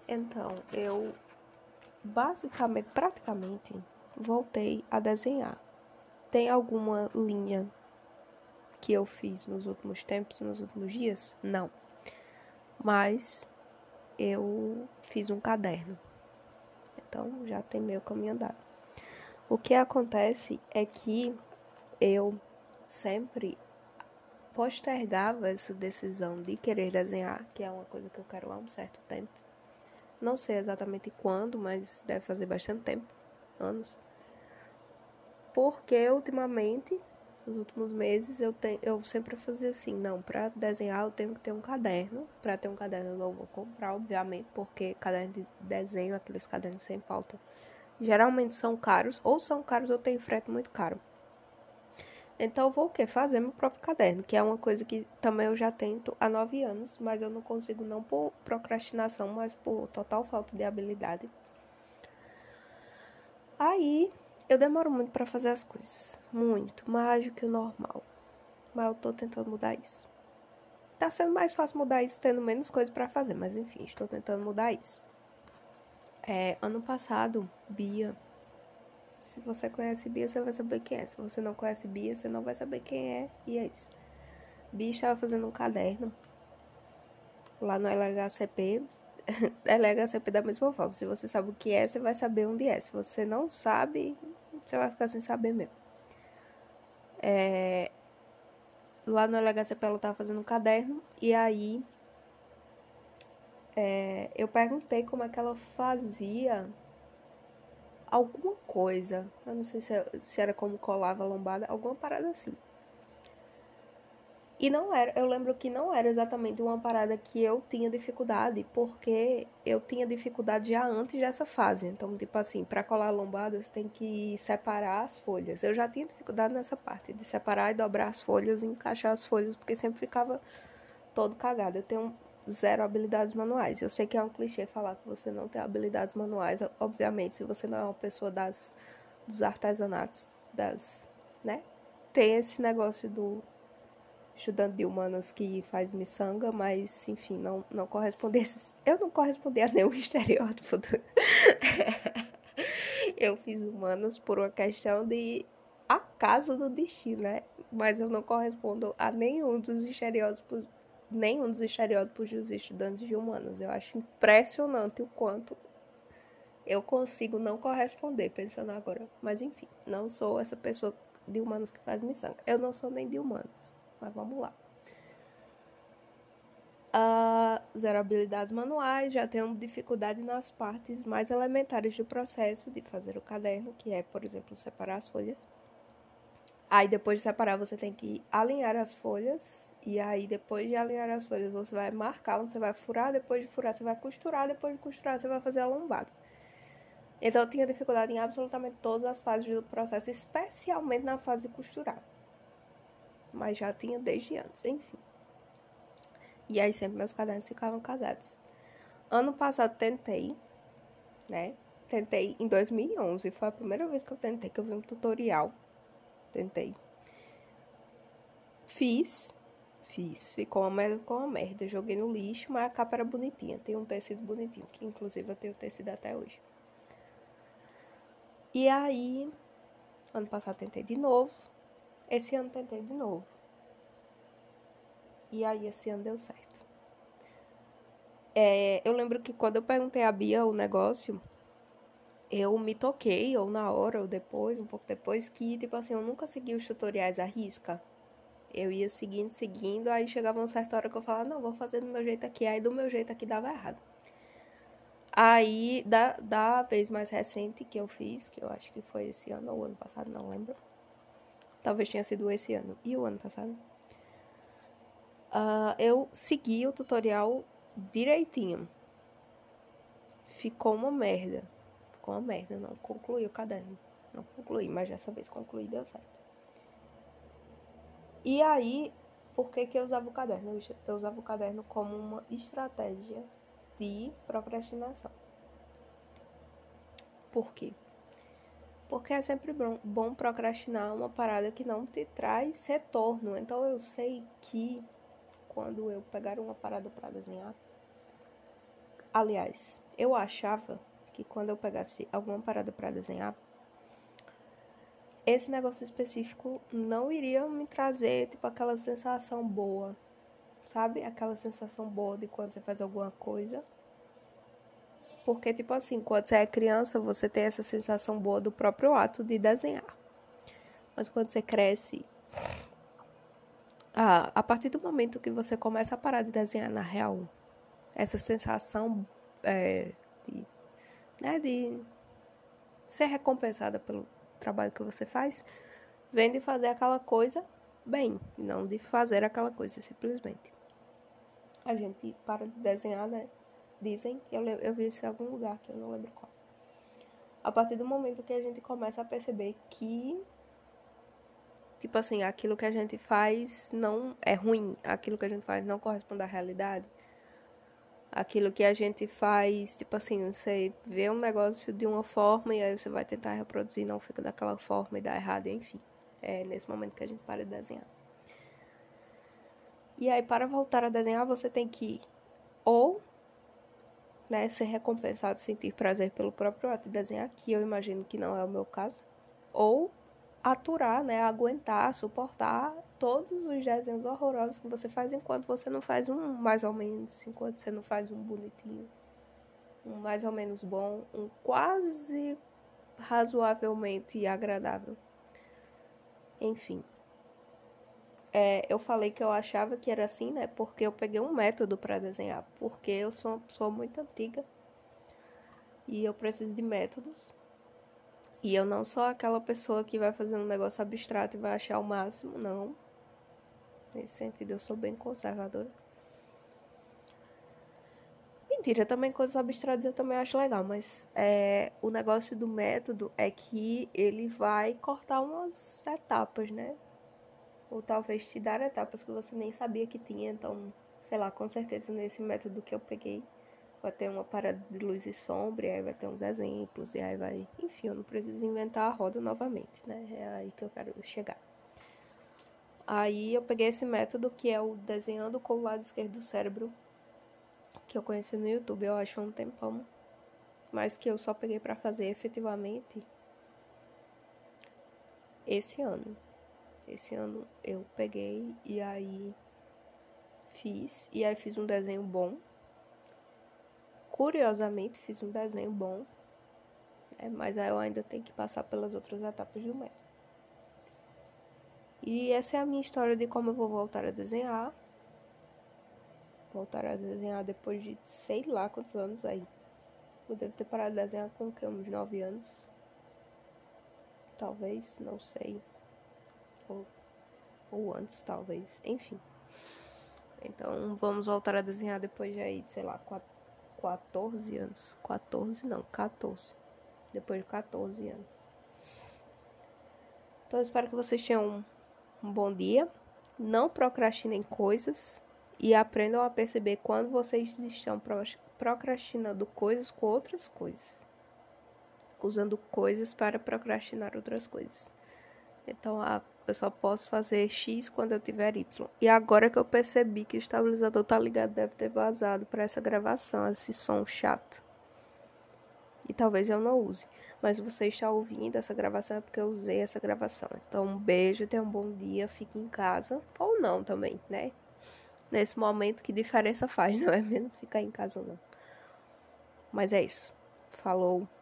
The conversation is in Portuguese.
Então, eu praticamente, voltei a desenhar. Tem alguma linha que eu fiz nos últimos tempos, nos últimos dias? Não. Mas eu fiz um caderno. Então, já tem meio caminho andado. O que acontece é que eu sempre postergava essa decisão de querer desenhar, que é uma coisa que eu quero há um certo tempo. Não sei exatamente quando, mas deve fazer bastante tempo, anos. Porque ultimamente, nos últimos meses, eu sempre fazia assim, não, pra desenhar eu tenho que ter um caderno. Pra ter um caderno eu não vou comprar, obviamente, porque caderno de desenho, aqueles cadernos sem pauta, geralmente são caros, ou são caros ou tem frete muito caro. Então eu vou o quê? Fazer meu próprio caderno, que é uma coisa que também eu já tento há 9 anos, mas eu não consigo não por procrastinação, mas por total falta de habilidade. Aí eu demoro muito pra fazer as coisas, muito, mais do que o normal, mas eu tô tentando mudar isso. Tá sendo mais fácil mudar isso tendo menos coisa pra fazer, mas enfim, estou tentando mudar isso. Ano passado, Bia, se você conhece Bia, você vai saber quem é. Se você não conhece Bia, você não vai saber quem é, e é isso. Bia estava fazendo um caderno lá no LHCP. LHCP da mesma forma. Se você sabe o que é, você vai saber onde é. Se você não sabe, você vai ficar sem saber mesmo. Lá no LHCP ela estava fazendo um caderno. E aí eu perguntei como é que ela fazia alguma coisa. Eu não sei se era como colava a lombada, alguma parada assim. E não era, eu lembro que não era exatamente uma parada que eu tinha dificuldade, porque eu tinha dificuldade já antes dessa fase. Então, tipo assim, para colar a lombada, você tem que separar as folhas. Eu já tinha dificuldade nessa parte, de separar e dobrar as folhas e encaixar as folhas, porque sempre ficava todo cagado. Eu tenho zero habilidades manuais. Eu sei que é um clichê falar que você não tem habilidades manuais, obviamente, se você não é uma pessoa dos artesanatos, né? Tem esse negócio do estudante de humanas que faz miçanga, mas, enfim, não corresponde a esses... Eu não correspondi a nenhum estereótipo. Eu fiz humanas por uma questão de acaso do destino, né? Mas eu não correspondo a nenhum dos estereótipos dos estudantes de humanas. Eu acho impressionante o quanto eu consigo não corresponder, pensando agora. Mas, enfim, não sou essa pessoa de humanas que faz miçanga. Eu não sou nem de humanas, mas vamos lá. Zero habilidades manuais, já tenho dificuldade nas partes mais elementares do processo de fazer o caderno, que é, por exemplo, separar as folhas. Aí, depois de separar, você tem que alinhar as folhas. E aí, depois de alinhar as folhas, você vai marcar onde você vai furar. Depois de furar, você vai costurar. Depois de costurar, você vai fazer a lombada. Então, eu tinha dificuldade em absolutamente todas as fases do processo, especialmente na fase de costurar. Mas já tinha desde antes, enfim. E aí, sempre meus cadernos ficavam cagados. Ano passado tentei, né? Tentei em 2011, foi a primeira vez que eu tentei, que eu vi um tutorial. Tentei. Fiz, ficou uma merda. Joguei no lixo, mas a capa era bonitinha. Tem um tecido bonitinho, que inclusive eu tenho tecido até hoje. E aí, ano passado tentei de novo. Esse ano tentei de novo. E aí, esse ano deu certo. Eu lembro que quando eu perguntei a Bia o negócio, eu me toquei, ou na hora, ou depois, um pouco depois, que, tipo assim, eu nunca segui os tutoriais à risca. Eu ia seguindo, aí chegava uma certa hora que eu falava, não, vou fazer do meu jeito aqui. Aí do meu jeito aqui dava errado. Aí, da vez mais recente que eu fiz, que eu acho que foi esse ano ou ano passado, não lembro. Talvez tenha sido esse ano e o ano passado. Eu segui o tutorial direitinho. Ficou uma merda. Não concluí o caderno. Não concluí, mas dessa vez concluí, deu certo. E aí, por que eu usava o caderno? Eu usava o caderno como uma estratégia de procrastinação. Por quê? Porque é sempre bom procrastinar uma parada que não te traz retorno. Então eu sei que quando eu pegar uma parada para desenhar... Aliás, Eu achava que quando eu pegasse alguma parada pra desenhar, esse negócio específico não iria me trazer, tipo, aquela sensação boa, sabe? Aquela sensação boa de quando você faz alguma coisa. Porque, tipo assim, quando você é criança, você tem essa sensação boa do próprio ato de desenhar. Mas quando você cresce, a partir do momento que você começa a parar de desenhar na real, essa sensação de, né, de ser recompensada pelo trabalho que você faz, vem de fazer aquela coisa bem, e não de fazer aquela coisa simplesmente. A gente para de desenhar, né? Dizem, eu vi isso em algum lugar, que eu não lembro qual. A partir do momento que a gente começa a perceber que, tipo assim, aquilo que a gente faz não é ruim, aquilo que a gente faz não corresponde à realidade. Aquilo que a gente faz, tipo assim, você vê um negócio de uma forma e aí você vai tentar reproduzir, não fica daquela forma e dá errado, enfim. É nesse momento que a gente para de desenhar. E aí, para voltar a desenhar, você tem que ou, né, ser recompensado, sentir prazer pelo próprio ato de desenhar, que eu imagino que não é o meu caso, ou aturar, né, aguentar, suportar todos os desenhos horrorosos que você faz enquanto você não faz um mais ou menos, enquanto você não faz um bonitinho, um mais ou menos bom, um quase razoavelmente agradável. Enfim. Eu falei que eu achava que era assim, né? Porque eu peguei um método para desenhar. Porque eu sou uma pessoa muito antiga e eu preciso de métodos. E eu não sou aquela pessoa que vai fazer um negócio abstrato e vai achar o máximo, não. Nesse sentido, eu sou bem conservadora. Mentira, também coisas abstratas eu também acho legal, mas o negócio do método é que ele vai cortar umas etapas, né? Ou talvez te dar etapas que você nem sabia que tinha. Então, sei lá, com certeza nesse método que eu peguei vai ter uma parada de luz e sombra, e aí vai ter uns exemplos, e aí vai... Enfim, eu não preciso inventar a roda novamente, né? É aí que eu quero chegar. Aí eu peguei esse método que é o desenhando com o lado esquerdo do cérebro, que eu conheci no YouTube, eu acho há um tempão, mas que eu só peguei pra fazer efetivamente esse ano. Esse ano eu peguei e aí fiz um desenho bom. Curiosamente, fiz um desenho bom, mas aí eu ainda tenho que passar pelas outras etapas do método. E essa é a minha história de como eu vou voltar a desenhar. Voltar a desenhar depois de sei lá quantos anos aí. Eu devo ter parado de desenhar com uns 9 anos. Talvez, não sei. Ou antes, talvez. Enfim. Então, vamos voltar a desenhar depois de aí, sei lá, 14 anos. 14 não, 14. Depois de 14 anos. Então, eu espero que vocês tenham um bom dia. Não procrastinem coisas. E aprendam a perceber quando vocês estão procrastinando coisas com outras coisas. Usando coisas para procrastinar outras coisas. Então, eu só posso fazer X quando eu tiver Y. E agora que eu percebi que o estabilizador tá ligado, deve ter vazado para essa gravação, esse som chato. E talvez eu não use. Mas se você está ouvindo essa gravação é porque eu usei essa gravação. Então, um beijo, tenha um bom dia, fique em casa. Ou não também, né? Nesse momento, que diferença faz, não é mesmo? Ficar em casa ou não. Mas é isso. Falou.